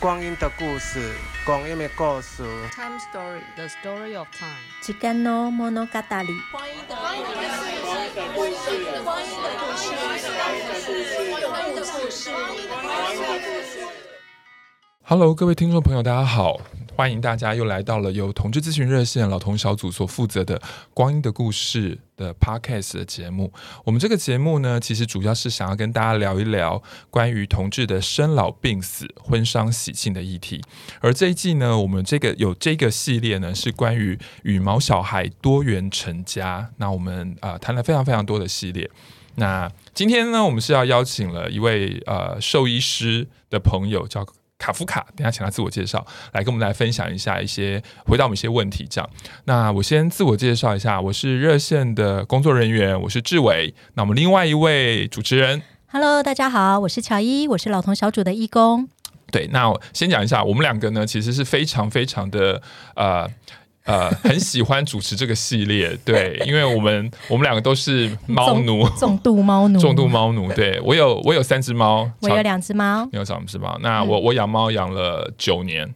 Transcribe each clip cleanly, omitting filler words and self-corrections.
光阴的故事，光阴的故事。 Time story, the story of time. 時間の物語。 光阴的故事。 Hello， 各位听众朋友，大家好，欢迎大家又来到了由同志咨询热线老同小组所负责的《光阴的故事》的 Podcast 的节目。我们这个节目呢，其实主要是想要跟大家聊一聊关于同志的生老病死、婚丧喜庆的议题。而这一季呢，我们有这个系列呢，是关于羽毛小孩多元成家。那我们谈了非常非常多的系列。那今天呢，我们是要邀请了一位兽医师的朋友，叫卡夫卡，等一下请他自我介绍，来跟我们来分享一下回答我们一些问题。这样，那我先自我介绍一下，我是热线的工作人员，我是志伟。那我们另外一位主持人 Hello， 大家好，我是乔伊，我是老同小组的义工。 对，那我先讲一下，我们两个呢，其实是非常非常的很喜欢主持这个系列，对，因为我们两个都是猫奴， 重度猫奴， 对，我有3只猫， 我有2只猫， 你有2只猫，那我养猫养了9年。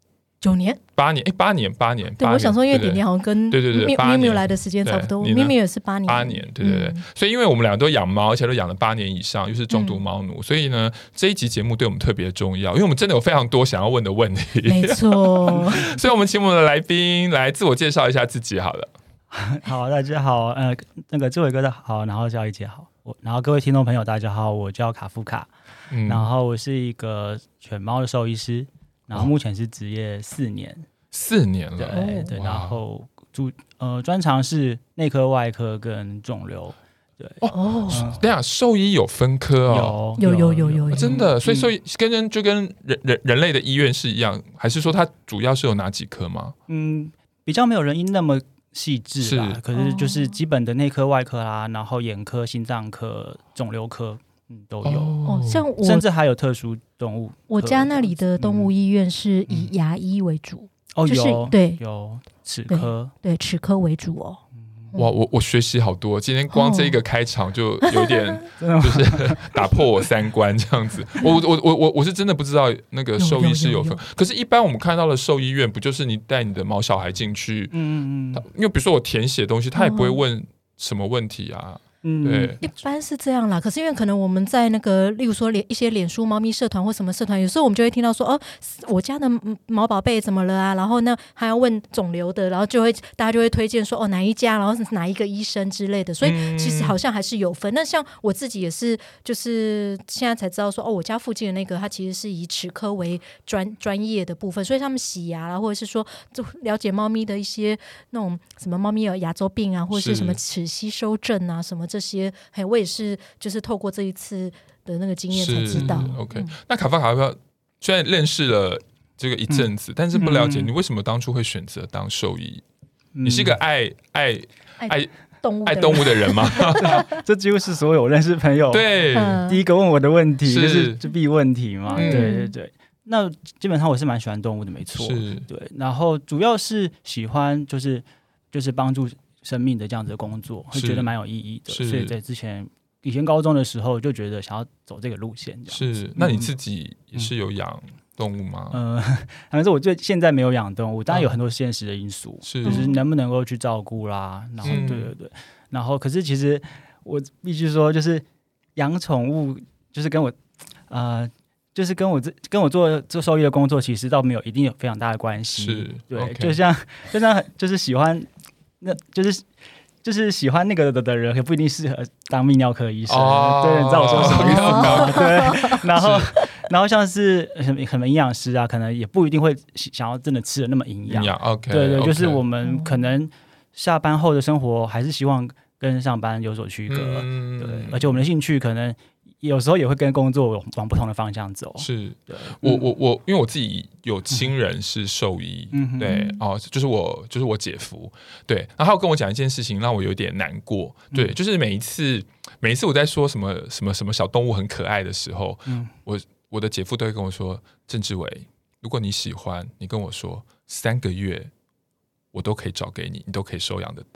9年 8年。 对，我想说，因为点点好像跟咪咪来的时间差不多，咪咪也是8年。 对。所以因为我们两个都养猫，而且都养了8年以上，又是重度猫奴，所以呢，这一集节目对我们特别重要，因为我们真的有非常多想要问的问题。 没错。 所以我们请我们的来宾来自我介绍一下自己好了。 好，大家好，那个志伟哥的好，然后叫一姐好，然后各位听众朋友大家好，我叫卡夫卡，然后我是一个犬猫的兽医师。然后目前是职业4年 ，4年了， 对，然后专长是内科、外科跟肿瘤，对。 等一下，兽医有分科哦， 有， 真的，所以兽医就跟人类的医院是一样，还是说它主要是有哪几科吗？ 比较没有人医那么细致啦，可是就是基本的内科、外科啦，然后眼科、心脏科、肿瘤科。都有像我甚至还有特殊动物。 我家那里的动物医院是以牙医为主，就是有齿科， 对齿科为主哦。 哇，我学习好多，今天光这一个开场就有点就是打破我3观这样子。我是真的不知道那个兽医是有分，可是一般我们看到的兽医院不就是你带你的毛小孩进去，因为比如说我填写东西，他也不会问什么问题啊。对， 一般是这样啦。可是因为可能我们在那个，例如说一些脸书猫咪社团或什么社团，有时候我们就会听到说，我家的毛宝贝怎么了啊？然后呢，还要问肿瘤的，然后大家就会推荐说，哪一家，然后哪一个医生之类的。所以其实好像还是有分。那像我自己也是，就是现在才知道说，我家附近的那个，它其实是以齿科为专业的部分，所以他们洗牙啦，或者是说就了解猫咪的一些那种什么猫咪有牙周病啊，或者是什么齿吸收症啊什么。这些我也是就是透过这一次的那个经验才知道。 OK， 那卡夫卡虽然认识了这个一阵子，但是不了解你为什么当初会选择当兽医。你是一个爱动物的人吗？ 这几乎是所有我认识朋友对第一个问我的问题，就是必问题嘛。对。那基本上我是蛮喜欢动物的，没错。对，然后主要是喜欢就是帮助生命的这样子的工作，会觉得蛮有意义的，所以在以前高中的时候就觉得想要走这个路线这样子。 是，那你自己也是有养动物吗？ 反正我现在没有养动物，当然有很多现实的因素，就是能不能够去照顾啦，然后对，然后可是其实我必须说，就是养宠物就是跟我就是跟我做兽医的工作，其实倒没有一定有非常大的关系。对， okay. 就像就是喜欢。那就是喜欢那个的人，也不一定适合当泌尿科医生。对，你知道我说什么意思吗？对，然后像是什么营养师啊，可能也不一定会想要真的吃的那么营养。 OK， 对，就是我们可能下班后的生活还是希望跟上班有所区隔。对，而且我们的兴趣可能有时候也会跟工作往不同的方向走。 是，我因为我自己有亲人是兽医，对就是我姐夫，对，然后他有跟我讲一件事情，让我有点难过，对，就是每一次我在说什么小动物很可爱的时候，我的姐夫都会跟我说，郑志伟，如果你喜欢，你跟我说3个月，我都可以找给你，你都可以收养得到。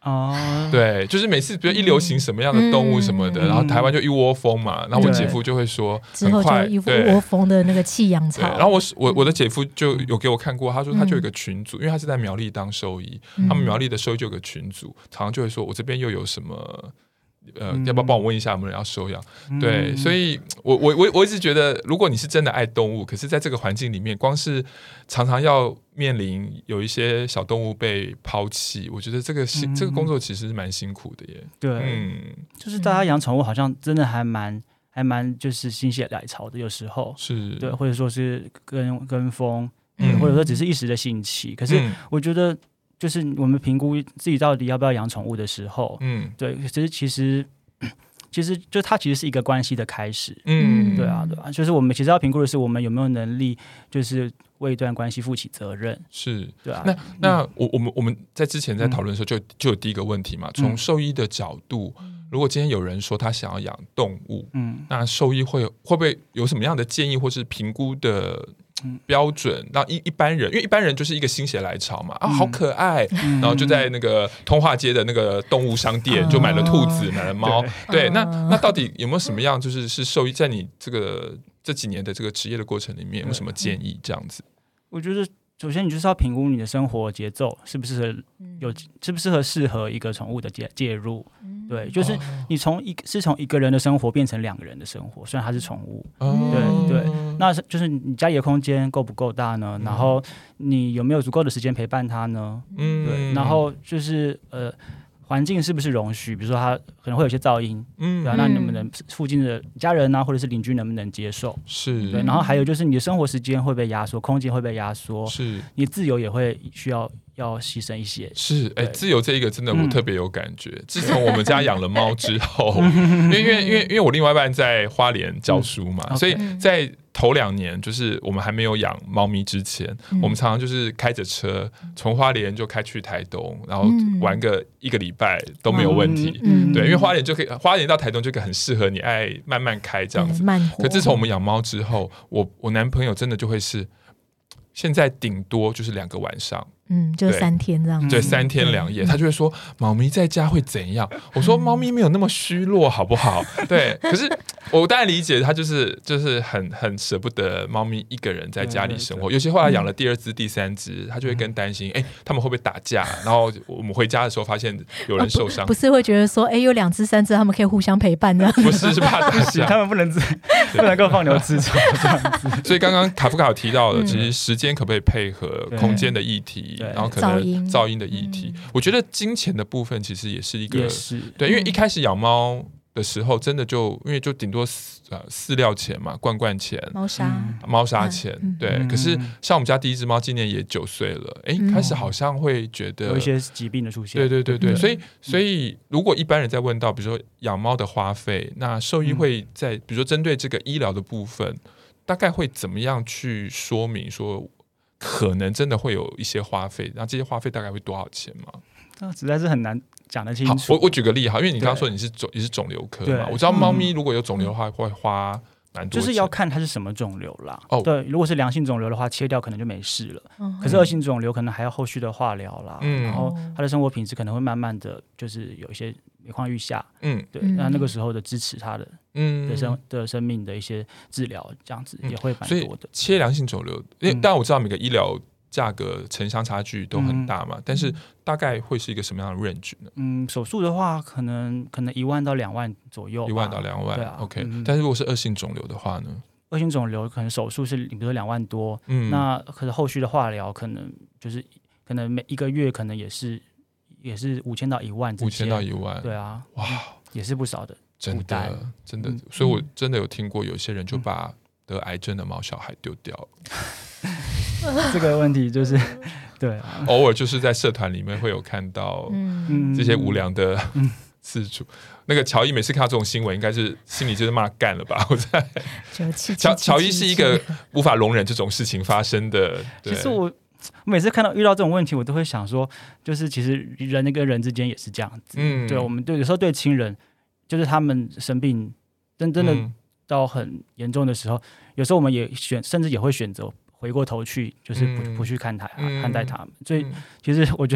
对，就是每次比如一流行什么样的动物什么的，然后台湾就一窝蜂嘛，然后我姐夫就会说， 之后就一窝蜂的那个弃养潮。 然后我的姐夫就有给我看过，他说他就有一个群组，因为他是在苗栗当兽医，他们苗栗的兽医就有个群组，常常就会说我这边又有什么。要不要帮我问一下有没有人要收养？对，所以我一直觉得，如果你是真的爱动物，可是在这个环境里面，光是常常要面临有一些小动物被抛弃，我觉得这个工作其实是蛮辛苦的耶。 对，就是大家养宠物好像真的还蛮就是心血来潮的，有时候是对，或者说是跟风，或者说只是一时的兴起。可是我觉得。就是我们评估自己到底要不要养宠物的时候，对，其实就它其实是一个关系的开始，对啊，就是我们其实要评估的是我们有没有能力，就是为一段关系负起责任， 是， 对啊。 那我们在之前在讨论的时候就有第一个问题嘛，从兽医的角度，如果今天有人说他想要养动物，那兽医会不会有什么样的建议或是评估的？标准让一般人，因为一般人就是一个心血来潮嘛，好可爱，然后就在那个通化街的那个动物商店就买了兔子，买了猫，对，那到底有没有什么样，就是兽医在你这几年的这个职业的过程里面，有没有什么建议？这样子， 我觉得首先你就是要评估你的生活节奏适不适合一个宠物的介入，对，就是你从一个人的生活变成2个人的生活，虽然它是宠物，对，那就是你家里的空间够不够大呢？然后你有没有足够的时间陪伴它呢？对，然后就是环境是不是容许？比如说它可能会有些噪音，对啊，那能不能附近的家人啊，或者是邻居能不能接受？ 是， 对，然后还有就是你的生活时间会被压缩，空间会被压缩，是，你自由也会需要牺牲一些。 是，自由这一个真的我特别有感觉。自从我们家养了猫之后，因为我另外一半在花莲教书嘛，所以在头2年，就是我们还没有养猫咪之前，我们常常就是开着车从花莲就开去台东，然后玩个1个礼拜都没有问题。对，因为花莲到台东就很适合你爱慢慢开这样子。可自从我们养猫之后，我男朋友真的就会是现在顶多就是2个晚上。 就3天这样子。 对，3天2夜，他就会说猫咪在家会怎样？我说猫咪没有那么虚弱，好不好？对，可是我当然理解他就是很舍不得猫咪一个人在家里生活，尤其后来养了第2只、第3只，他就会更担心，他们会不会打架？然后我们回家的时候发现有人受伤， 不是会觉得说，有2只、3只，他们可以互相陪伴的？ 不是怕打架， 他们不能够放牛吃草这样子。 所以刚刚卡夫卡有提到的，其实时间可不可以配合空间的议题？然后可能噪音的议题，我觉得金钱的部分其实也是一个，对，因为一开始养猫的时候，真的因为就顶多饲料钱嘛，罐钱、猫砂钱，对。可是像我们家第1只猫今年也9岁了，开始好像会觉得有一些疾病的出现， 对，所以如果一般人在问到，比如说养猫的花费，那兽医会在比如说针对这个医疗的部分，大概会怎么样去说明说？可能真的会有一些花费，然后这些花费大概会多少钱吗？ 那实在是很难讲得清楚。 我举个例哈，因为你刚刚说你是肿瘤科嘛，我知道猫咪如果有肿瘤的话会花蛮多钱， 就是要看它是什么肿瘤啦。对，如果是良性肿瘤的话，切掉可能就没事了。可是恶性肿瘤可能还要后续的化疗啦，然后它的生活品质可能会慢慢的就是有一些每况愈下。对，那个时候的支持它的生命的一些治疗，这样子也会蛮多的。 切良性肿瘤，当然我知道每个医疗价格城乡差距都很大嘛，但是大概会是一个什么样的 range 呢？ 手术的话，可能1万到2万左右，1 万到2万， 对啊 ，OK。但是如果是恶性肿瘤的话呢？ 恶性肿瘤可能手术是比如说2万多，那可是后续的化疗可能每1个月可能也是5000到1万之间 ，5000到1万， 对啊，哇，也是不少的， 真的，所以我真的有听过有些人就把得癌症的毛小孩丢掉了。 这个问题就是对啊， 偶尔就是在社团里面会有看到这些无良的饲主。那个乔伊每次看到这种新闻，应该是心里就是骂干了吧？我在乔伊是一个无法容忍这种事情发生的。 其实我每次遇到这种问题，我都会想说，就是其实人跟人之间也是这样子。对，我们有时候对亲人，就是他们生病真的到很严重的时候，有时候我们也甚至也会选择回过头去，就是不去看待他们。所以其实我觉得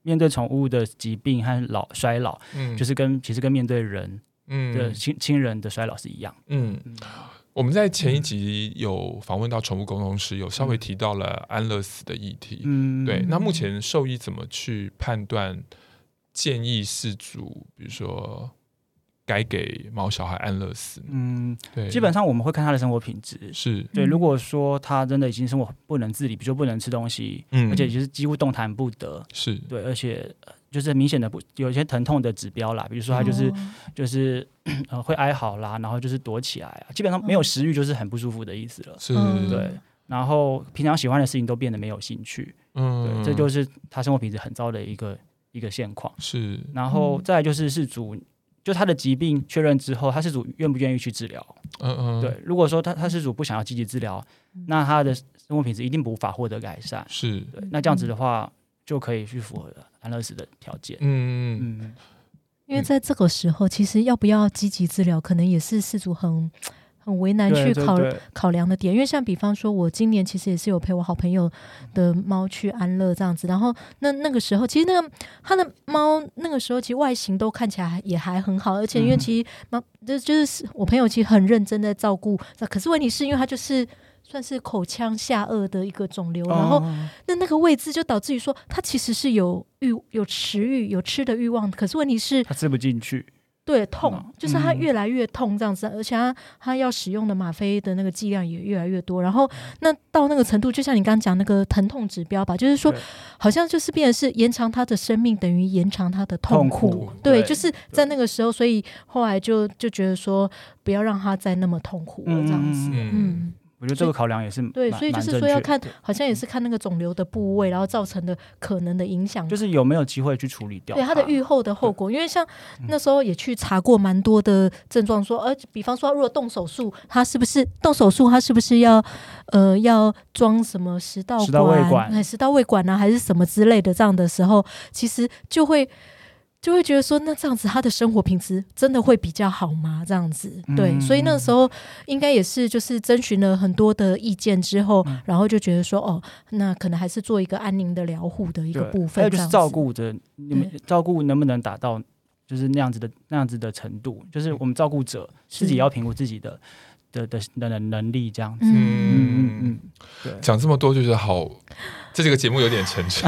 面对宠物的疾病和衰老，就是其实跟面对人的亲人的衰老是一样。 我们在前一集有访问到宠物沟通师，有稍微提到了安乐死的议题。对，那目前兽医怎么去判断建议饲主，比如说该给毛小孩安乐死？对， 基本上我们会看他的生活品质。是对，如果说他真的已经生活不能自理，比如说不能吃东西，而且就是几乎动弹不得，是对，而且就是明显的有一些疼痛的指标啦，比如说他就是会哀嚎啦，然后就是躲起来啊，基本上没有食欲就是很不舒服的意思了。是，对。然后平常喜欢的事情都变得没有兴趣，对，这就是他生活品质很糟的一个现况。是，然后再来就是饲主，就他的疾病确认之后，他饲主愿不愿意去治疗？对，如果说他饲主不想要积极治疗，那他的生活品质一定无法获得改善。是，对，那这样子的话就可以去符合安乐死的条件。 因为在这个时候，其实要不要积极治疗，可能也是饲主很为难去考量的点。因为像比方说，我今年其实也是有陪我好朋友的猫去安乐这样子，然后那个时候，其实他的猫那个时候其实外形都看起来也还很好，而且因为其实猫就是我朋友其实很认真的照顾，可是问题是因为他就是算是口腔下颚的一个肿瘤，然后那个位置就导致于说他其实是有食欲有吃的欲望，可是问题是他吃不进去。 对，痛，就是他越来越痛这样子，而且他要使用的吗啡的那个剂量也越来越多，然后那到那个程度，就像你刚刚讲那个疼痛指标吧，就是说好像就是变成是延长他的生命等于延长他的痛苦，对，就是在那个时候，所以后来就觉得说不要让他再那么痛苦了这样子。 我觉得这个考量也是对，所以就是说要看，好像也是看那个肿瘤的部位，然后造成的可能的影响， 就是有没有机会去处理掉它的预后的后果。因为像那时候也去查过蛮多的症状，说比方说如果动手术，他是不是要装什么食道胃管啊，还是什么之类的，这样的时候，其实就会觉得说，那这样子他的生活品质真的会比较好吗？这样子，对，所以那时候应该也是就是征询了很多的意见之后，然后就觉得说，那可能还是做一个安宁的疗护的一个部分。 还有就是照顾照顾能不能达到就是那样子的程度，就是我们照顾者自己也要评估自己的能力这样子。 讲这么多就是好，这个节目有点沉重。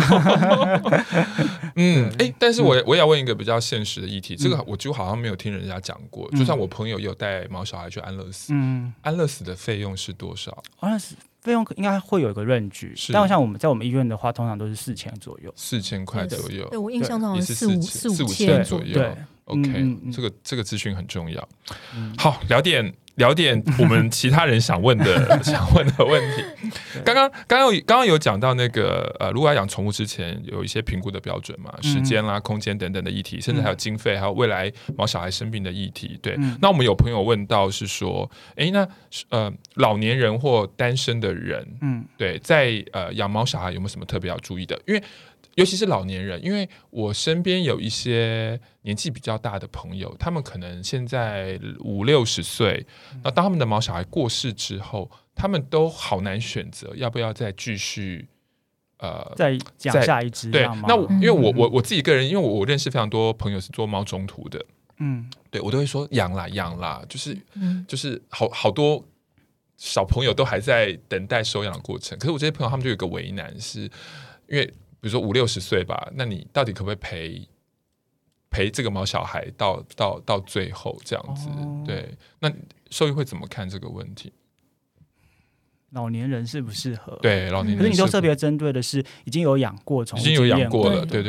但是我也要问一个比较现实的议题，这个我几乎好像没有听人家讲过。就像我朋友有带毛小孩去安乐死，安乐死的费用是多少？ 安乐死费用应该会有一个range，但像在我们医院的话，通常都是4000左右 ，4000块左右。 对，我印象中好像 4、5千左右。对 ，OK，这个资讯很重要。好，聊点我们其他人想问的问题。刚刚有讲到那个如果要养宠物之前有一些评估的标准嘛，时间啦、空间等等的议题，甚至还有经费，还有未来毛小孩生病的议题。对，那我们有朋友问到是说，那老年人或单身的人，对，在养毛小孩有没有什么特别要注意的？因为尤其是老年人，因为我身边有一些年纪比较大的朋友，他们可能现在50-60岁，那当他们的毛小孩过世之后，他们都好难选择要不要再继续再养下一只。 对，那因为我自己个人，因为我认识非常多朋友是做猫中途的，对我都会说养啦，就是好多小朋友都还在等待收养的过程。可是我这些朋友他们就有一个为难，是因为比如说50-60岁吧，那你到底可不可以陪这个毛小孩到最后这样子？对，那兽医会怎么看这个问题？ 老年人适不适合？ 对，老年人。 可是你都特别针对的是已经有养过宠物， 已经有养过了，对。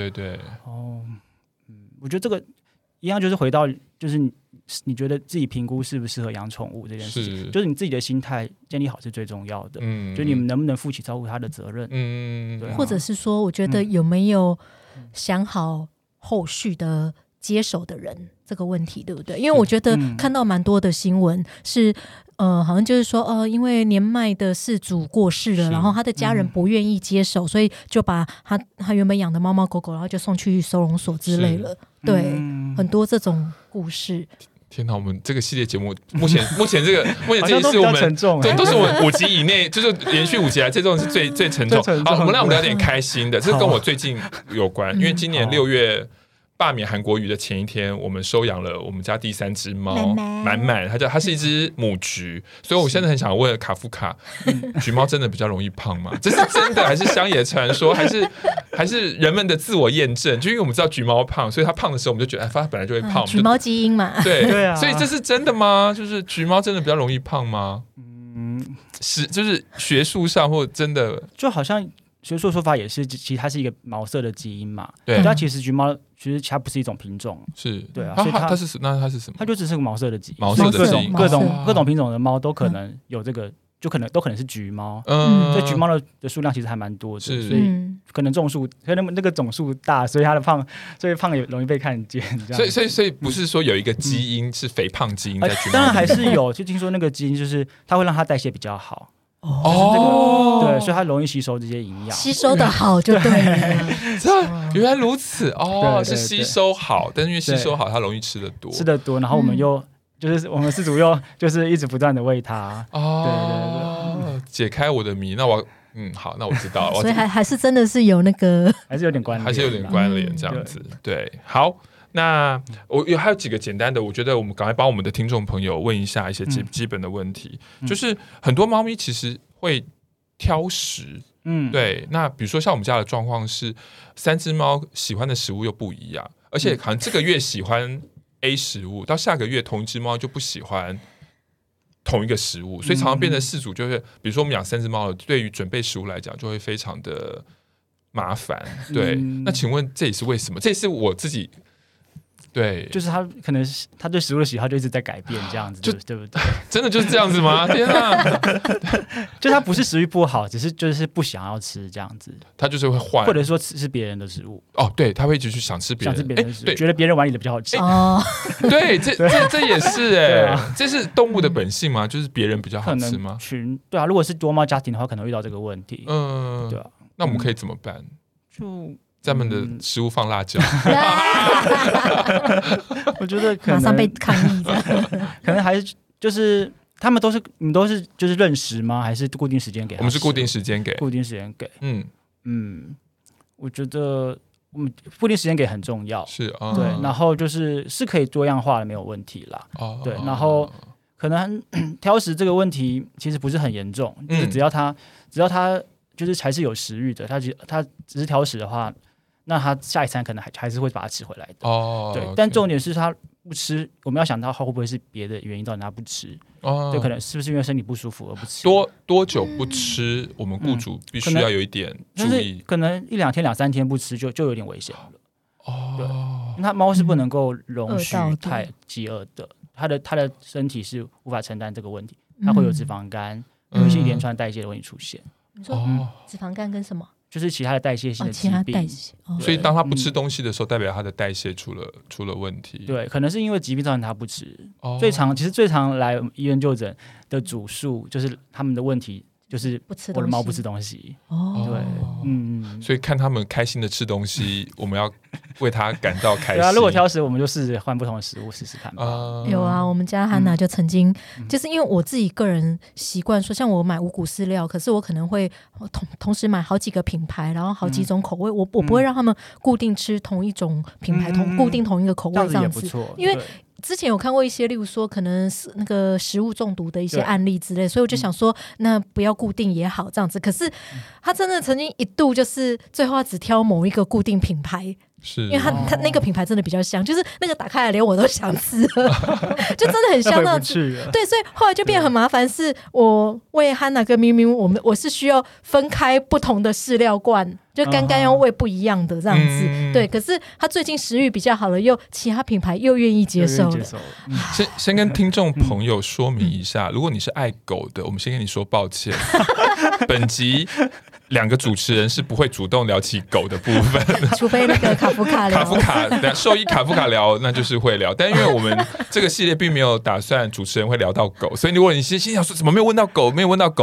我觉得这个一样，就是回到就是你觉得自己评估适不适合养宠物这件事情，就是你自己的心态建立好是最重要的。就你们能不能负起照顾他的责任？对， 或者是说，我觉得有没有想好后续的接手的人这个问题，对不对？因为我觉得看到蛮多的新闻是。好像就是说，因为年迈的饲主过世了，然后他的家人不愿意接手，所以就把他原本养的猫猫狗狗，然后就送去收容所之类了。对，很多这种故事。 天哪，我们这个系列节目目前这一是我们对都是我们5集以内，就是连续5集来，这种是最沉重。好，我们让我们聊点开心的，这跟我最近有关，因为今年6月罢免韩国瑜的前一天，我们收养了我们家第3只猫满满，它是一只母橘，所以我现在很想问卡夫卡，橘猫真的比较容易胖吗？这是真的还是乡野传说，还是人们的自我验证？就因为我们知道橘猫胖，所以它胖的时候我们就觉得它本来就会胖， 橘猫基因嘛。 对啊，所以这是真的吗？就是橘猫真的比较容易胖吗？就是学术上或真的， 就好像学术说法也是，其实它是一个毛色的基因嘛。 对， 它其实橘猫其实它不是一种品种， 是对啊。 所以它是什么？ 它就只是个毛色的基因， 毛色的基因， 各种品种的猫都可能有这个，就都可能是橘猫。所以橘猫的数量其实还蛮多的，所以可能种数，可能那个总数大，所以它的胖也容易被看见。 所以不是说有一个基因是肥胖基因在橘猫， 当然还是有，就听说那个基因就是它会让它代谢比较好。对，所以它容易吸收这些营养， 吸收的好就对了。 原来如此哦，是吸收好，但是因为吸收好，它容易吃得多， 然后我们又就是我们饲主又就是一直不断的喂它。对， 解开我的谜，那我好，那我知道了。 所以还是真的是有那个， 还是有点关联，这样子。对，好。那还有几个简单的，我觉得我们赶快帮我们的听众朋友问一下一些基本的问题，就是很多猫咪其实会挑食，对。那比如说像我们家的状况是，3只猫喜欢的食物又不一样，而且好像这个月喜欢 A 食物，到下个月同一只猫就不喜欢同一个食物，所以常常变成饲主就会，比如说我们养3只猫了，对于准备食物来讲就会非常的麻烦，对。那请问这也是为什么？这也是我自己。对， 就是他可能他对食物的喜好就一直在改变，这样子，对不对？ 真的就是这样子吗？天啊！ 就他不是食欲不好，只是就是不想要吃这样子， 他就是会换， 或者说吃别人的食物。 对，他会一直去想吃别人的食物，觉得别人碗里的比较好吃。 对，这也是这是动物的本性吗？就是别人比较好吃吗？ 对啊，如果是多猫家庭的话，可能遇到这个问题。对啊， 那我们可以怎么办？ 就在他们的食物放辣椒， 我觉得可能马上被抗议的， 可能还是就是你们都是就是认识吗？还是固定时间给？ 我们是固定时间给。 我觉得我们固定时间给很重要， 是对，然后是可以多样化的，没有问题啦。对，然后可能挑食这个问题其实不是很严重，就是只要他就是还是有食欲的，他只是挑食的话。那他下一餐可能还是会把它吃回来的，对。但重点是他不吃，我们要想到他会不会是别的原因造成他不吃？对，可能是不是因为身体不舒服而不吃？ 多久不吃？我们雇主必须要有一点注意， 可能1、2天、2、3天不吃就有点危险了。对，那猫是不能够容许太饥饿的，它的身体是无法承担这个问题，它会有脂肪肝，有一些连串代谢的问题出现。 你说脂肪肝跟什么？就是其他的代谢性的疾病， 所以当他不吃东西的时候，代表他的代谢出了问题。 对，可能是因为疾病造成他不吃。其实最常来医院就诊的主诉就是他们的问题就是我的猫不吃东西。对， 所以看他们开心的吃东西，我们要为他感到开心。 对啊，如果挑食，我们就试着换不同的食物试试看吧。 有啊，我们家汉娜就曾经，就是因为我自己个人习惯说，像我买五谷饲料，可是我可能会同时买好几个品牌，然后好几种口味，我不会让他们固定吃同一种品牌，固定同一个口味这样子，因为。之前有看过一些，例如说可能是那个食物中毒的一些案例之类，所以我就想说，那不要固定也好这样子。可是他真的曾经一度就是最后他只挑某一个固定品牌， 是因为他那个品牌真的比较香，就是那个打开来连我都想吃了，就真的很香那样子。对，所以后来就变得很麻烦，是我喂汉娜跟明明我是需要分开不同的饲料罐。就刚刚要喂不一样的这样子，对。可是他最近食欲比较好了，又其他品牌又愿意接受了。 先跟听众朋友说明一下，如果你是爱狗的，我们先跟你说抱歉。本集2个主持人是不会主动聊起狗的部分， 除非那个卡夫卡聊。 兽医卡夫卡聊，那就是会聊。但因为我们这个系列并没有打算主持人会聊到狗，所以如果你心想说怎么没有问到狗，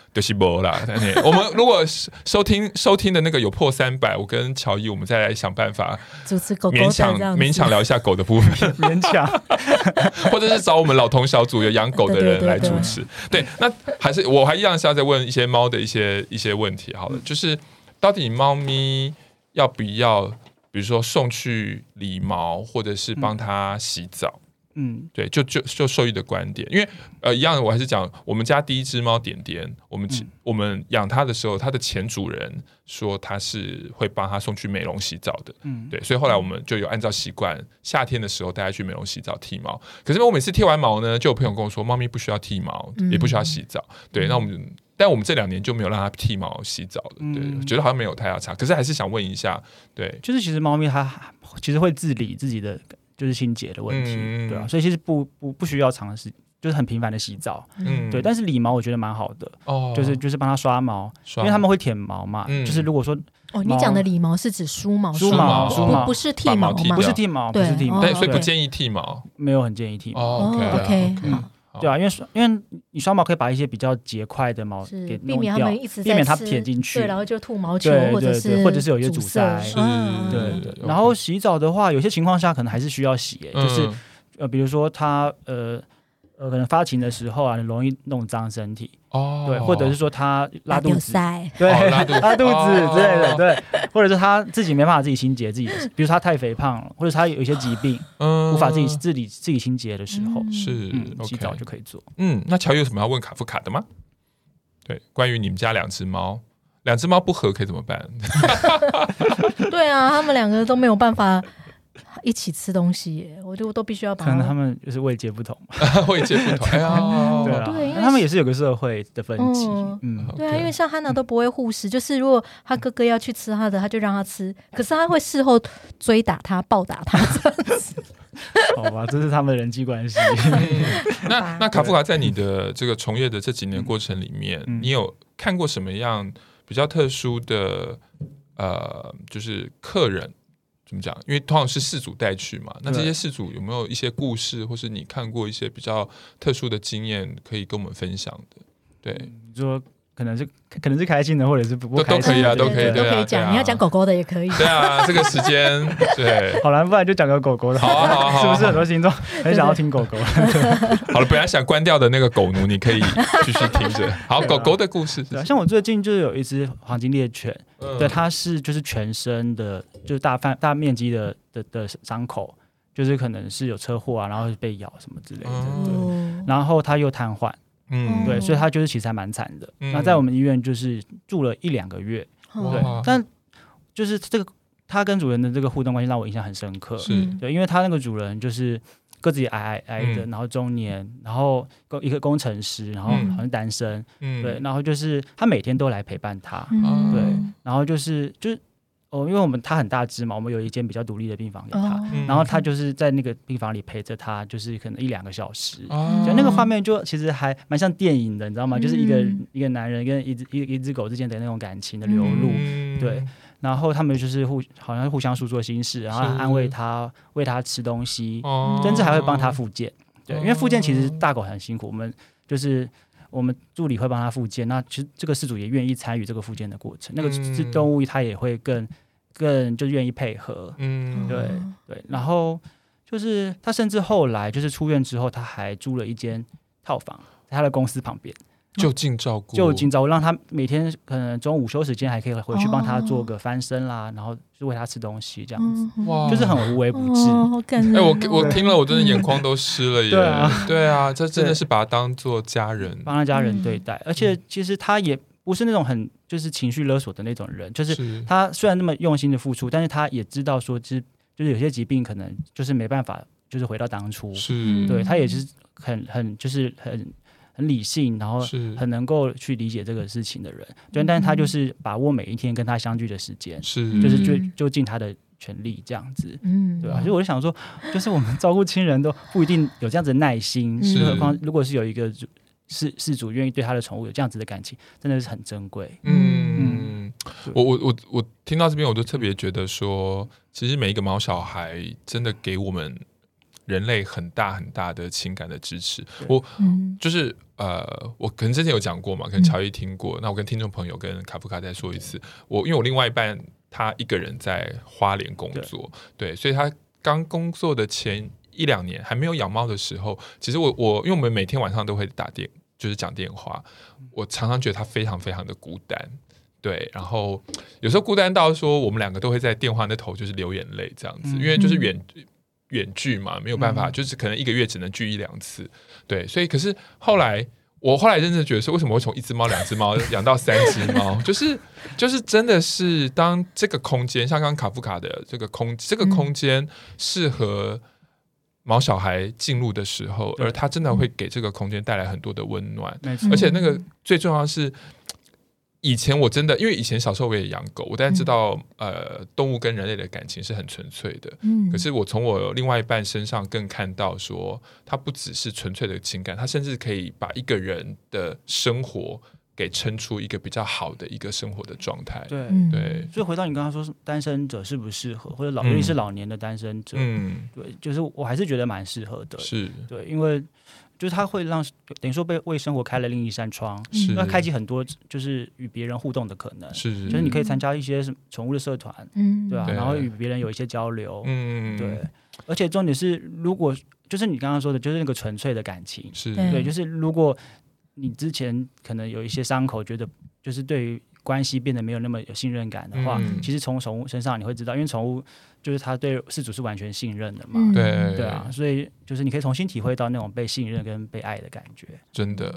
就是没啦。我们如果收听的那个有破300，我跟乔伊我们再来想办法主持狗狗勉强聊一下狗的部分， 勉强， 或者是找我们老同小组有养狗的人来主持。对，那我还一样是要再问一些猫的一些问题好了，就是到底猫咪要不要，比如说送去理毛，或者是帮它洗澡？对，就兽医的观点，因为一样，我还是讲我们家第一只猫点点，我们养它的时候，它的前主人说他是会帮它送去美容洗澡的，对，所以后来我们就有按照习惯，夏天的时候带它去美容洗澡剃毛。可是我每次剃完毛呢，就有朋友跟我说，猫咪不需要剃毛，也不需要洗澡，对，那但我们这2年就没有让它剃毛洗澡了，对，觉得好像没有太大差，可是还是想问一下，对， 就是其实猫咪它其实会自理自己的。就是清洁的问题，对啊，所以其实不需要尝试，就是很频繁的洗澡，对。但是理毛我觉得蛮好的，就是帮它刷毛，因为他们会舔毛嘛，就是如果说你讲的理毛是指梳毛，不是剃毛吗？ 不是剃毛，不是剃毛， 所以不建议剃毛， 没有很建议剃毛。 OK， 对啊，因为你刷毛可以把一些比比较结块的毛给避免它们一直避免它舔进去， 对，然后就吐毛球，或者是有一些阻塞，对。然后洗澡的话，有些情况下可能还是需要洗，就是比如说它可能发情的时候啊，很容易弄脏身体，对，或者是说它拉肚子，对，拉肚子之类的，对，或者是它自己没办法自己清洁自己的，比如说它太肥胖了，或者它有一些疾病，无法自己清洁的时候， 是洗澡就可以做。 那乔有什么要问卡夫卡的吗？对，关于你们家2只猫不合可以怎么办？ 对啊，他们2个都没有办法一起吃东西耶，我都必须要把可能他们就是位阶不同， 位阶不同，哎呀， 对，他们也是有个社会的分级， 对啊，因为像汉娜都不会护食，就是如果他哥哥要去吃他的，他就让他吃，可是他会事后追打他、暴打他这样子。 好吧，这是他们的人际关系。 那卡夫卡在你的这个从业的这几年过程里面，你有看过什么样比较特殊的就是客人？怎么讲？因为通常是事主带去嘛，那这些事主有没有一些故事，或是你看过一些比较特殊的经验可以跟我们分享的？对， 你说可能是开心的，或者是不开心的，都可以讲。你要讲狗狗的也可以。 对啊，这个时间对， 好了，不然就讲个狗狗的。好，是不是很多听众很想要听狗狗？ 好了，本来想关掉的那个狗奴，你可以继续听着。好，狗狗的故事， 像我最近就有一只黄金猎犬，对，它是就是全身的，就是大面积的伤口，就是可能是有车祸啊，然后被咬什么之类的，对，然后它又瘫痪。对，所以他就是其实还蛮惨的。那在我们医院就是住了1-2个月，对，但就是这个他跟主人的这个互动关系让我印象很深刻，对，因为他那个主人就是个子也矮的，然后中年，然后一个工程师，然后好像单身，对，然后就是他每天都来陪伴他，对，然后就是因为他很大只嘛，我们有一间比较独立的病房给他，然后他就是在那个病房里陪着他，就是可能1-2个小时，就那个画面就其实还蛮像电影的，你知道吗？就是一个男人跟一只狗之间的那种感情的流露，对，然后他们就是好像互相诉说心事，然后安慰他，喂他吃东西，甚至还会帮他复健，对，因为复健其实大狗很辛苦，我们助理会帮他复健，那其实这个饲主也愿意参与这个复健的过程，那个动物他也会更就愿意配合，对，然后就是他甚至后来就是出院之后，他还租了一间套房在他的公司旁边， 就近照顾， 让他每天可能中午休时间还可以回去帮他做个翻身啦，然后就喂他吃东西这样子，就是很无微不至。 好感人我听了我真的眼眶都湿了耶。对啊，这真的是把他当做家人， 帮他家人对待，而且其实他也不是那种很就是情绪勒索的那种人，就是他虽然那么用心的付出，但是他也知道说，就是有些疾病可能就是没办法，就是回到当初。对，他也是很理性，然后很能够去理解这个事情的人。对，但是他就是把握每一天跟他相聚的时间，就是就尽他的全力这样子，对吧？所以我就想说，就是我们照顾亲人都不一定有这样子的耐心，何况如果是有一个饲主愿意对他的宠物有这样子的感情，真的是很珍贵。 我听到这边，我就特别觉得说，其实每一个毛小孩真的给我们人类很大很大的情感的支持。就是我可能之前有讲过嘛，可能乔伊听过，那我跟听众朋友跟卡夫卡再说一次，因为我另外一半他一个人在花莲工作， 对，所以他刚工作的前1-2年还没有养猫的时候，其实我因为我们每天晚上都会就是讲电话，我常常觉得他非常非常的孤单。对，然后有时候孤单到说我们2个都会在电话那头就是流眼泪这样子，因为就是远距嘛，没有办法，就是可能1个月只能聚1-2次。对，所以可是我后来认真觉得说，为什么会从1只猫、2只猫养到3只猫？就是真的是当这个空间，像刚刚卡夫卡的这个空间适合毛小孩进入的时候，而他真的会给这个空间带来很多的温暖，而且那个最重要的是。以前我真的，因为以前小时候我也养狗，我当然知道动物跟人类的感情是很纯粹的，可是我从我另外一半身上更看到说，它不只是纯粹的情感，它甚至可以把一个人的生活给撑出一个比较好的一个生活的状态。对， 所以回到你刚刚说单身者适不适合，或者尤其是老年的单身者，对，就是我还是觉得蛮适合的， 是对，因为。就是它会让等于说为生活开了另一扇窗，那开启很多就是与别人互动的可能，就是你可以参加一些宠物的社团，对吧？然后与别人有一些交流，对。而且重点是，如果就是你刚刚说的，就是那个纯粹的感情，对，就是如果你之前可能有一些伤口，觉得就是对于关系变得没有那么有信任感的话，其实从宠物身上你会知道，因为宠物就是它对饲主是完全信任的嘛，对啊，所以就是你可以重新体会到那种被信任跟被爱的感觉， 真的，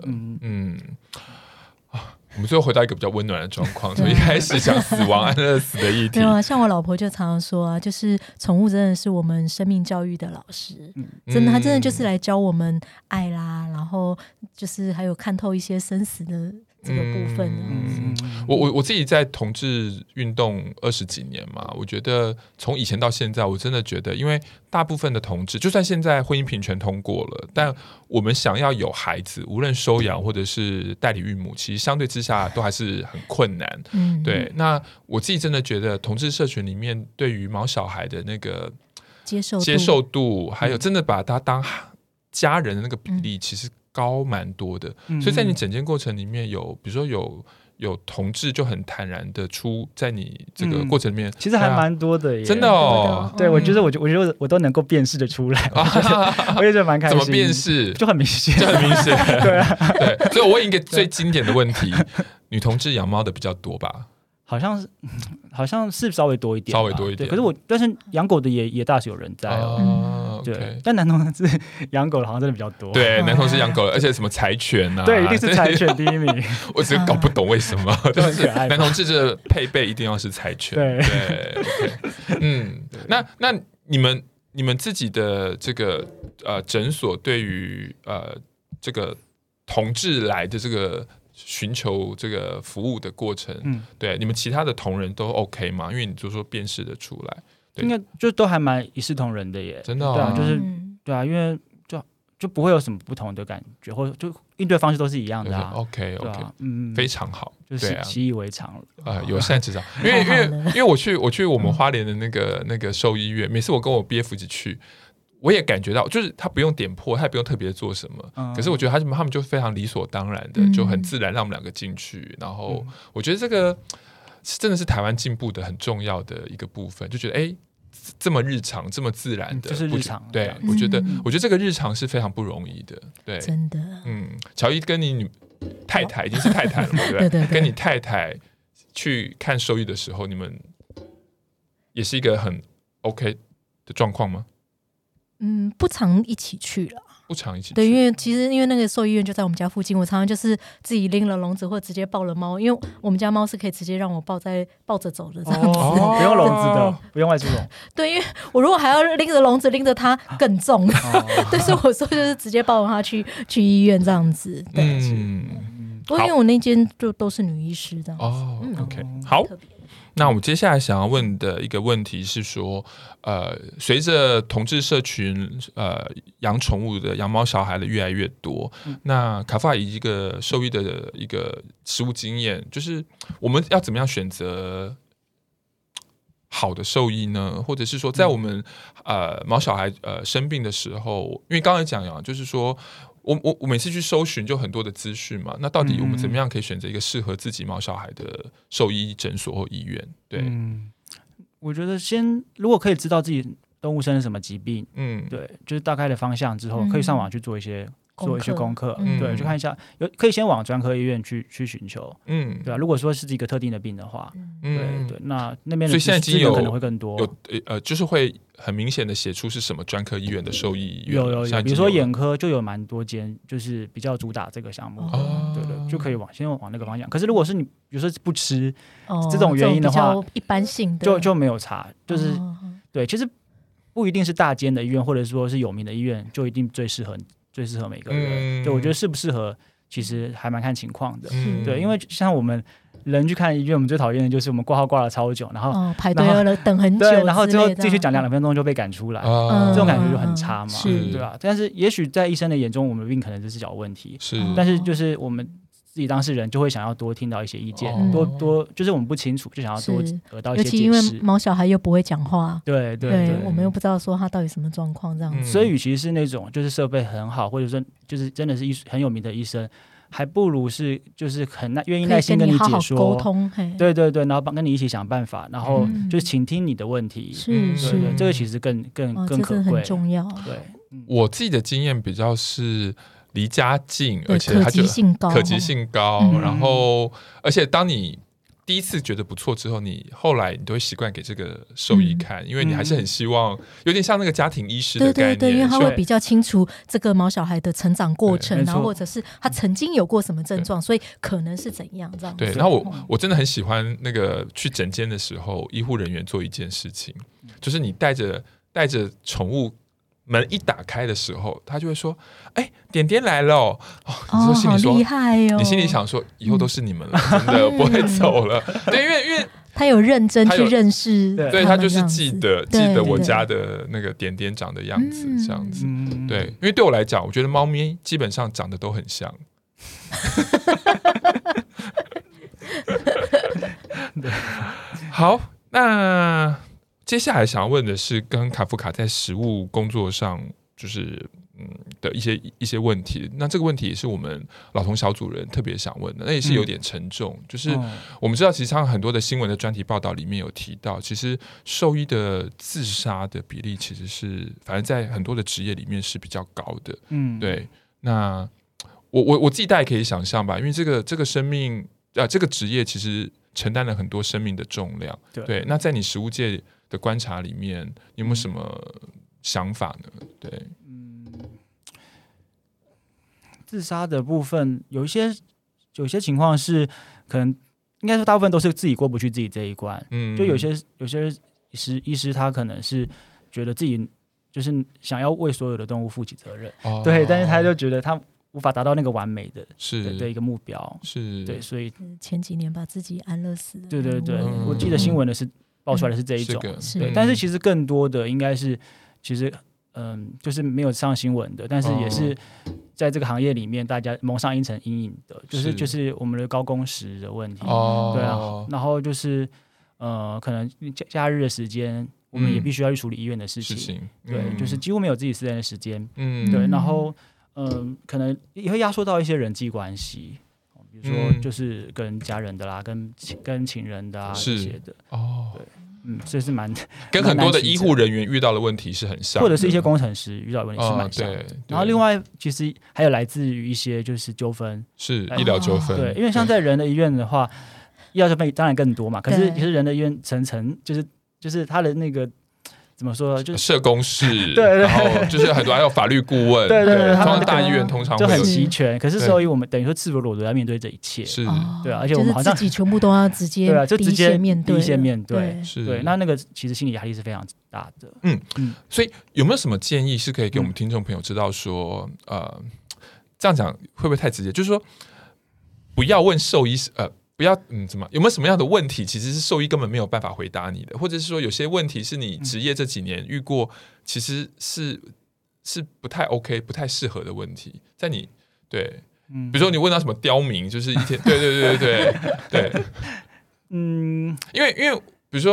我们最后回到一个比较温暖的状况，从一开始讲死亡安乐死的议题， 没有啊，像我老婆就常常说啊，就是宠物真的是我们生命教育的老师，真的，他真的就是来教我们爱啦，然后就是还有看透一些生死的。这个部分我自己在同志运动20几年嘛，我觉得从以前到现在，我真的觉得，因为大部分的同志，就算现在婚姻平权通过了，但我们想要有孩子，无论收养或者是代理孕母，其实相对之下都还是很困难。对，那我自己真的觉得，同志社群里面对于毛小孩的那个接受度，还有真的把他当家人的那个比例，其实高蛮多的，所以在你整件过程里面比如说有同志就很坦然的在你这个过程里面， 其实还蛮多的耶， 真的哦。 对，我觉得我都能够辨识的出来，我也觉得蛮开心。 怎么辨识？ 就很明显， 对啊，对。所以我问一个最经典的问题：女同志养猫的比较多吧？ 好像是稍微多一点，对。可是但是养狗的也大是有人在哦。对，但男同志养狗的好像真的比较多。 对，男同志养狗，而且什么柴犬啊， 对，一定是柴犬第一名。 我只是搞不懂为什么，就是男同志的配备一定要是柴犬。对，那你们自己的这个诊所对于这个同志来的这个寻求这个服务的过程，对，你们其他的同仁都 OK 吗？因为你就说辨识的出来。 应该就都还蛮一视同仁的耶， 真的、哦， 对啊，就是对啊，因为就不会有什么不同的感觉，或者就应对方式都是一样的啊。 OK， 非常好， 就是习以为常了。 友善职场，因为我去我们花莲的那个兽医院，每次我跟我 BF 一起去，我也感觉到，就是他不用点破，他也不用特别做什么，可是我觉得他们就非常理所当然的，就很自然让我们2个进去，然后我觉得这个。真的是台湾进步的很重要的一个部分，就觉得这么日常这么自然的， 就是日常。 对，我觉得这个日常是非常不容易的。对， 真的。 乔伊跟你太太已经是太太了嘛，对不对？跟你太太去看兽医的时候，你们也是一个很 OK 的状况吗？ 不常一起去了。 不常一起去， 对，因为那个兽医院就在我们家附近，我常常就是自己拎了笼子或者直接抱了猫，因为我们家猫是可以直接让我抱着走的这样子， 不用笼子的，不用外出笼。 对，因为我如果还要拎着笼子拎着它更重，对，所以我说就是直接抱着它去医院这样子。对，不过因为我那间就都是女医师这样子。 OK， 好。那我们接下来想要问的一个问题是说，随着同志社群养宠物的养猫小孩的越来越多，那卡夫卡以一个兽医的一个实务经验，就是我们要怎么样选择好的兽医呢？或者是说，在我们毛小孩生病的时候，因为刚才讲就是说我每次去搜寻就很多的资讯嘛，那到底我们怎么样可以选择一个适合自己毛小孩的兽医诊所或医院？对， 我觉得如果可以知道自己动物生了什么疾病，对，就是大概的方向之后，可以上网去做一些功课，对，去看一下，可以先往专科医院去寻求，对吧？如果说是一个特定的病的话，对，那边的资源可能会更多， 就是会很明显的写出是什么专科医院的兽医医院， 有，比如说眼科就有蛮多间，就是比较主打这个项目，对，就可以先往那个方向。可是如果是你比如说不吃这种原因的话， 一般性的就没有差，就是对，其实不一定是大间的医院或者说是有名的医院就一定最适合每个人，对，我觉得适不适合其实还蛮看情况的，对，因为像我们人去看医院，我们最讨厌的就是我们挂号挂了超久，然后排队了等很久， 然后最后继续讲2分钟就被赶出来，这种感觉就很差嘛，对吧？但是也许在医生的眼中，我们的病可能就是小问题，但是就是我们自己当事人就会想要多听到一些意见，多就是我们不清楚，就想要多得到一些解释。 尤其因为毛小孩又不会讲话， 对， 我们又不知道说他到底什么状况这样子。 所以，与其是那种就是设备很好，或者说就是真的是很有名的医生，还不如是就是很愿意耐心跟你解说， 沟通， 对，然后跟你一起想办法，然后就是倾听你的问题， 是， 这个其实更可贵， 很重要。 对， 我自己的经验比较是离家近，而且它就可及性高，然后而且当你第一次觉得不错之后，后来你都会习惯给这个兽医看，因为你还是很希望有点像那个家庭医师的概念， 对，因为他会比较清楚这个毛小孩的成长过程，然后或者是他曾经有过什么症状，所以可能是怎样这样子。 对，然后我真的很喜欢那个去诊间的时候，医护人员做一件事情，就是你带着宠物。门一打开的时候，他就会说：“点点来了。”你说心里说：“ 好厉害哦！” 你心里想说：“以后都是你们了，真的不会走了。”对，因为他有认真去认识， 对他就是记得我家的那个点点长的样子，这样子。对，因为对我来讲，我觉得猫咪基本上长得都很像。好，那。接下来想要问的是，跟卡夫卡在食物工作上就是的一些问题。那这个问题也是我们老同小主人特别想问的，那也是有点沉重。就是我们知道，其实上很多的新闻的专题报道里面有提到，其实兽医的自杀的比例其实是，反正在很多的职业里面是比较高的。对。那我自己大概可以想象吧，因为这个生命这个职业其实承担了很多生命的重量。对。那在你食物界的观察里面，你有没有什么想法呢？对， 自杀的部分有些情况是可能应该说大部分都是自己过不去自己这一关，就有些医师他可能是觉得自己就是想要为所有的动物负起责任，对，但是他就觉得他无法达到那个完美的一个目标，是对，所以前几年把自己安乐死了， 对，我记得新闻的是。爆出来的是这一种，对，但是其实更多的应该是，其实就是没有上新闻的，但是也是在这个行业里面大家蒙上一层阴影的，就是我们的高工时的问题，对啊，然后就是可能假日的时间，我们也必须要去处理医院的事情，对，就是几乎没有自己私人的时间，对，然后可能也会压缩到一些人际关系。比如说，就是跟家人的啦，跟情人的啊这些的，对，所以是跟很多的医护人员遇到的问题是很像的， 或者是一些工程师遇到的问题是蛮像的。然后另外，其实还有来自于一些就是纠纷， 是医疗纠纷， 对，因为像在人的医院的话，医疗纠纷当然更多嘛，可是其实人的医院层就是他的那个。怎么说？就社工室， 对， 然后就是很多还有法律顾问， 对， 他们大医院通常就很齐全。可是兽医我们等于说赤裸裸的要面对这一切， 是， 对啊，而且我们好像自己全部都要直接对啊，就直接面对， 是， 对，那个其实心理压力是非常大的。 所以有没有什么建议是可以给我们听众朋友知道说，这样讲会不会太直接？就是说，不要问兽医不要有没有什么样的问题，其实是兽医根本没有办法回答你的，或者是说有些问题是你职业这几年遇过，其实是不太 OK、不太适合的问题，在你对，比如说你问到什么刁民，就是一天，对，因为比如说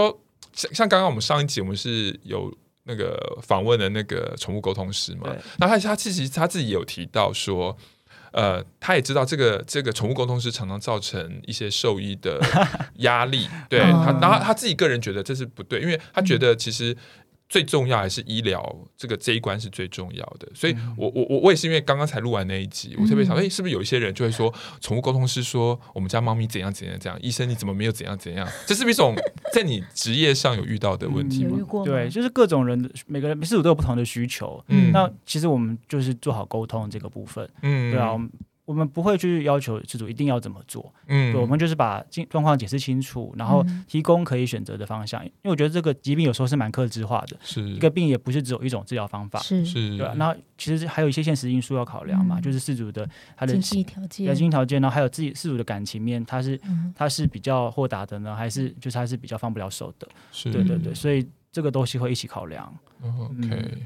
像刚刚我们上一集我们是有那个访问的那个宠物沟通师嘛，那他其实他自己也有提到说。他也知道这个宠物沟通师常常造成一些兽医的压力，对然后他自己个人觉得这是不对，因为他觉得其实最重要还是医疗这一关是最重要的，所以我也是因为刚刚才录完那一集，我特别想，是不是有一些人就会说，宠物沟通师说我们家猫咪怎样怎样怎样，医生你怎么没有怎样怎样？这是不是一种在你职业上有遇到的问题吗？ 对，就是各种人的每个人事主都有不同的需求，那其实我们就是做好沟通这个部分，对啊。我们不会去要求事主一定要怎么做，对，我们就是把状况解释清楚，然后提供可以选择的方向。因为我觉得这个疾病有时候是蛮客制化的，一个病也不是只有一种治疗方法， 是， 对吧？那其实还有一些现实因素要考量嘛，就是事主的他的经济条件， 然后还有自己事主的感情面，他是比较豁达的呢，还是就是他是比较放不了手的？对对对，所以这个东西会一起考量。 OK。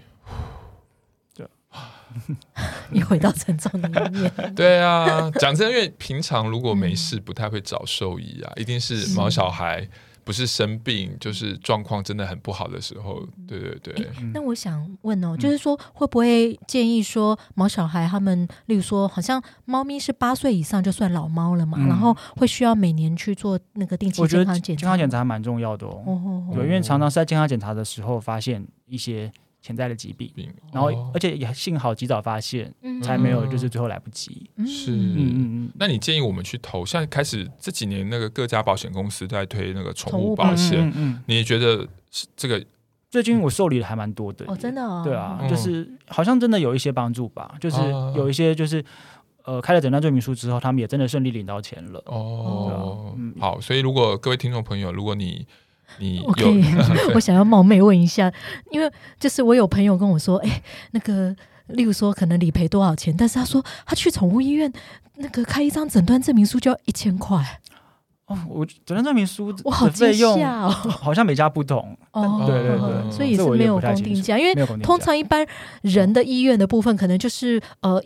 你回到沉重的一面。 对啊，讲真，因为平常如果没事不太会找兽医啊，一定是毛小孩不是生病就是状况真的很不好的时候。对对对。 那我想问就是说会不会建议说毛小孩他们，例如说好像猫咪是8岁以上就算老猫了嘛，然后会需要每年去做那个定期健康检查？ 健康检查还蛮重要的对，因为常常是在健康检查的时候发现一些潜在的疾病，然后而且也幸好及早发现，才没有就是最后来不及。 是，那你建议我们去投？现在开始这几年那个各家保险公司都在推那个宠物保险，你觉得这个？ 最近我受理的还蛮多的真的对啊，就是好像真的有一些帮助吧，就是有一些就是开了诊断证明书之后，他们也真的顺利领到钱了。 好，所以如果各位听众朋友，如果你我想要冒昧问一下，因为就是我有朋友跟我说，那个例如说可能理赔多少钱，但是他说他去宠物医院那个开一张诊断证明书就要1000块。 我诊断证明书我好惊吓好像每家不同。对对对， 所以也是没有公定价，因为通常一般人的医院的部分可能就是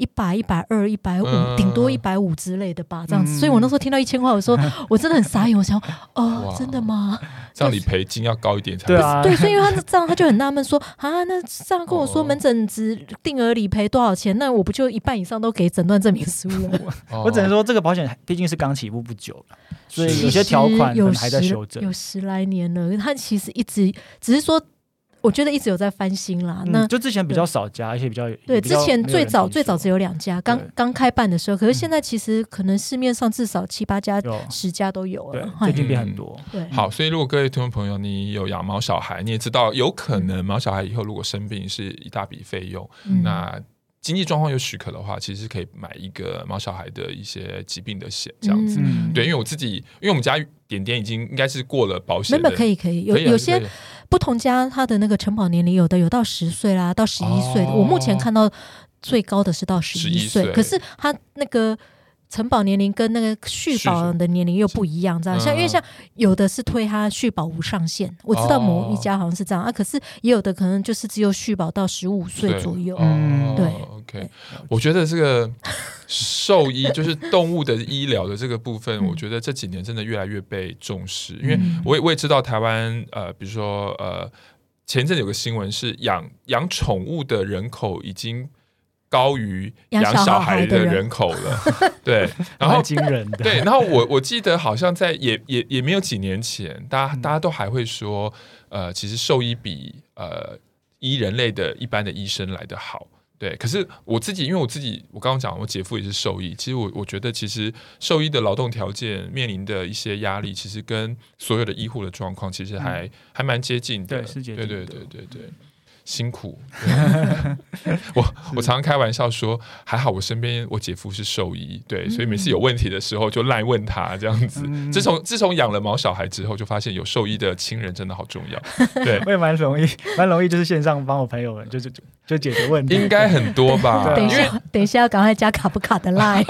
100、120、150，顶多150之类的吧，这样子。所以我那时候听到1000块，我说我真的很傻眼，我想真的吗？ 这样理赔金要高一点才对啊。 对，所以因为他这样他就很纳闷说那这样跟我说门诊只定额理赔多少钱，那我不就一半以上都给诊断证明书了？ 我只能说这个保险毕竟是刚起步不久，所以有些条款可能还在修正， 有10来年了，他其实一直只是说，我觉得一直有在翻新啦。那就之前比较少家，而且比较对，之前最早只有2家，刚开办的时候，可是现在其实可能市面上至少7、8家、10家都有了， 最近变很多。 对， 好，所以如果各位听众朋友你有养毛小孩，你也知道有可能毛小孩以后如果生病是一大笔费用，那经济状况有许可的话，其实可以买一个毛小孩的一些疾病的险，这样子。对，因为我们家点点已经应该是过了保险的， 可以，有些不同家他的那个承保年龄，有的有到10岁啦，到11岁的。我目前看到最高的是到11岁，可是他那个承保年龄跟那个续保的年龄又不一样，这样因为像有的是推他续保无上限，我知道某一家好像是这样可是也有的可能就是只有续保到15岁左右。对 ，OK， 我觉得这个兽医就是动物的医疗的这个部分，我觉得这几年真的越来越被重视，因为我也知道台湾比如说前阵有个新闻是养宠物的人口已经高于养小孩的人口了，对，然后惊人的， 对，然后我记得好像在也没有几年前，大家都还会说，其实兽医比医人类的一般的医生来得好，对。可是因为我刚刚讲，我姐夫也是兽医，其实我觉得其实兽医的劳动条件面临的一些压力，其实跟所有的医护的状况其实还蛮接近的， 对，是接近的， 对。辛苦，我常常开玩笑说，还好我身边我姐夫是兽医，对，所以每次有问题的时候就赖问他这样子。自从养了毛小孩之后，就发现有兽医的亲人真的好重要。对， 我也蛮容易，就是线上帮我朋友们就解决问题， 应该很多吧？ 等一下要赶快加卡不卡的赖。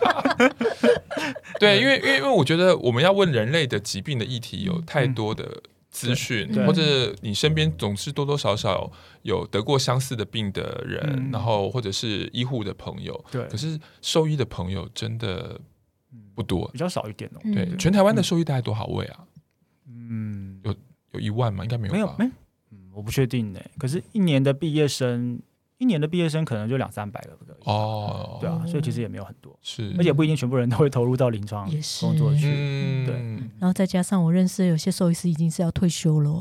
对，因为我觉得我们要问人类的疾病的议题有太多的资讯，或者你身边总是多多少少有得过相似的病的人，然后或者是医护的朋友， 对， 可是兽医的朋友真的不多， 比较少一点对，全台湾的兽医大概多少位啊？ 有1万吗？应该没有吧？ 没有，我不确定可是一年的毕业生可能就200-300个而已。哦，对啊，所以其实也没有很多， 是， 而且不一定全部人都会投入到临床工作去。对， 然后再加上我认识有些兽医师已经是要退休了。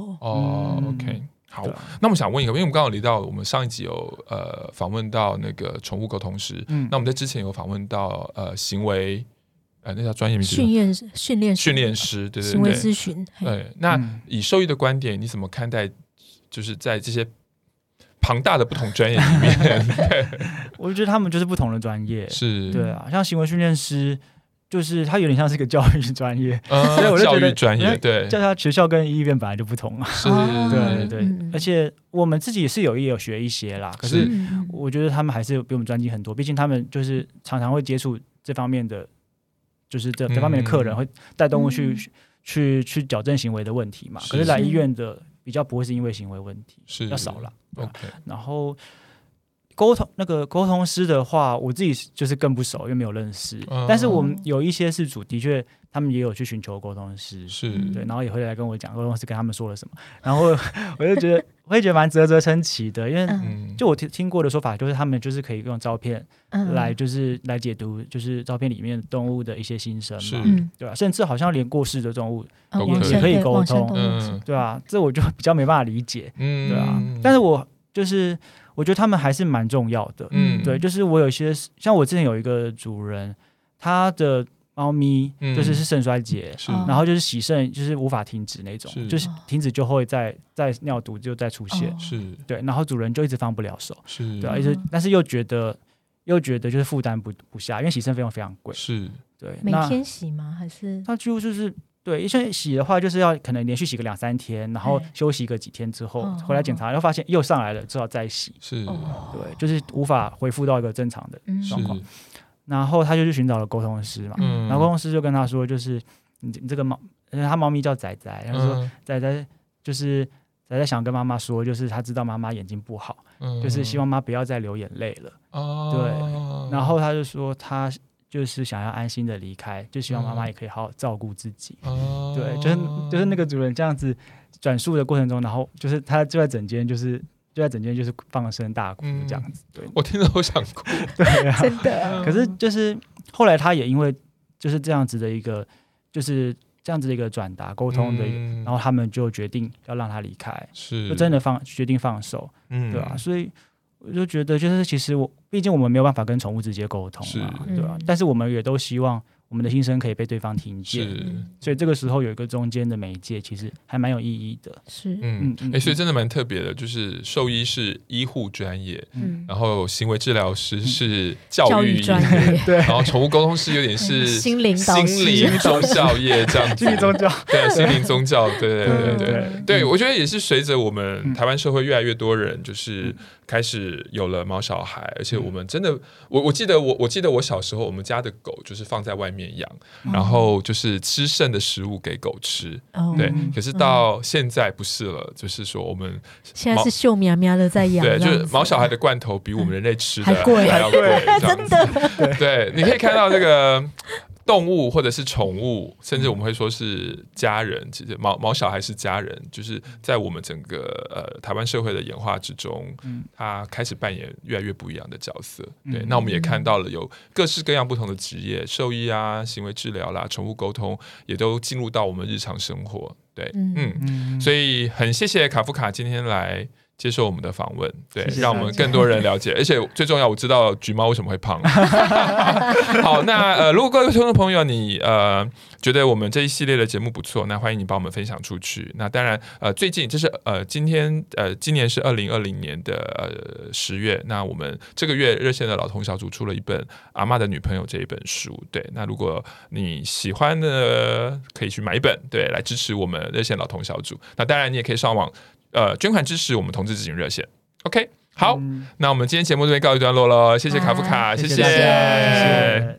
OK。好，那我想问一个，因为我们刚刚提到，我们上一集有访问到那个宠物沟通师，那我们在之前有访问到行为那叫专业名词训练师，对，行为咨询。 对，那以兽医的观点，你怎么看待？就是在这些庞大的不同专业里面， 我觉得他们就是不同的专业， 是对啊，像行为训练师。就是他有点像是一个教育专业，所以我就觉得教育专业对， 叫他学校跟医院本来就不同了， 是， 对，而且我们自己也有学一些啦，可是我觉得他们还是比我们专精很多，毕竟他们就是常常会接触这方面的，就是这方面的客人会带动物去矫正行为的问题嘛，可是来医院的比较不会是因为行为问题，比较少啦。然后。沟通师的话，我自己就是更不熟，因为没有认识。但是我们有一些事主，的确他们也有去寻求沟通师， 是对，然后也会来跟我讲沟通师跟他们说了什么。然后我就觉得蛮啧称奇的，因为就我听过的说法，就是他们就是可以用照片来来解读，就是照片里面动物的一些心声嘛，对吧？甚至好像连过世的动物也可以沟通，对吧？这我就比较没办法理解，对啊。但是我觉得他们还是蛮重要的，对，就是我有一些像我之前有一个主人，他的猫咪就是肾衰竭，然后就是洗肾就是无法停止那种，就是停止就会再尿毒就再出现，对，然后主人就一直放不了手，对啊，但是又觉得就是负担不下，因为洗肾费用非常贵，对， 每天洗吗？还是他几乎就是对，因为洗的话就是要可能连续洗个2-3天，然后休息个几天之后回来检查，然后发现又上来了，只好再洗，对，就是无法恢复到一个正常的状况。然后他就去寻找了沟通师嘛，然后沟通师就跟他说，就是你这个他猫咪叫仔仔，然后说仔仔就是仔仔想跟妈妈说，就是他知道妈妈眼睛不好，就是希望妈不要再流眼泪了，对，然后他就说他就是想要安心的离开，就希望妈妈也可以好好照顾自己，对，就是那个主人这样子转述的过程中，然后就是他就在整间就是放声大哭这样子，对， 我听着我想哭， 对啊， 真的。 可是就是后来他也因为就是这样子的一个转达沟通的，然后他们就决定要让他离开，就真的决定放手，对吧？所以我就觉得就是其实毕竟我们没有办法跟宠物直接沟通嘛，对吧？但是我们也都希望我们的心声可以被对方听见，所以这个时候有一个中间的媒介，其实还蛮有意义的。 所以真的蛮特别的，就是兽医是医护专业，然后行为治疗师是教育专业，对，然后宠物沟通师有点是心灵宗教业这样子， 心灵宗教， 对，心灵宗教，对，我觉得也是随着我们台湾社会越来越多人就是开始有了毛小孩，而且我们真的，我记得我小时候，我们家的狗就是放在外面养，然后就是吃剩的食物给狗吃，对。可是到现在不是了，就是说我们现在是秀苗苗的在养， 对，就是毛小孩的罐头比我们人类吃的还要贵， 真的。 对，你可以看到这个。动物或者是宠物，甚至我们会说是家人，其实毛小孩是家人，就是在我们整个台湾社会的演化之中，它开始扮演越来越不一样的角色。对，那我们也看到了有各式各样不同的职业，兽医啊、行为治疗啦、宠物沟通，也都进入到我们日常生活。对，所以很谢谢卡夫卡今天来接受我们的访问，对，谢谢让我们更多人了解，而且最重要，我知道橘猫为什么会胖。好，那如果各位听众朋友你觉得我们这一系列的节目不错，那欢迎你帮我们分享出去。那当然最近就是今年是2020年的10月，那我们这个月热线的老同小组出了一本《阿嬷的女朋友》这一本书，对，那如果你喜欢的可以去买一本，对，来支持我们热线老同小组。那当然你也可以上网捐款支持我们同志咨询热线。 OK， 好，那我们今天节目这边告一段落了，谢谢卡夫卡，谢谢。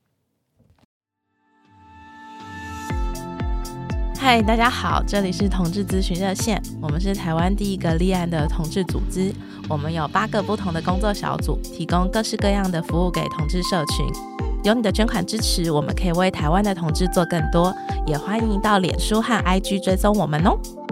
嗨，大家好，这里是同志咨询热线，我们是台湾第一个立案的同志组织，我们有8个不同的工作小组，提供各式各样的服务给同志社群。有你的捐款支持，我们可以为台湾的同志做更多，也欢迎到脸书和 IG 追踪我们哦。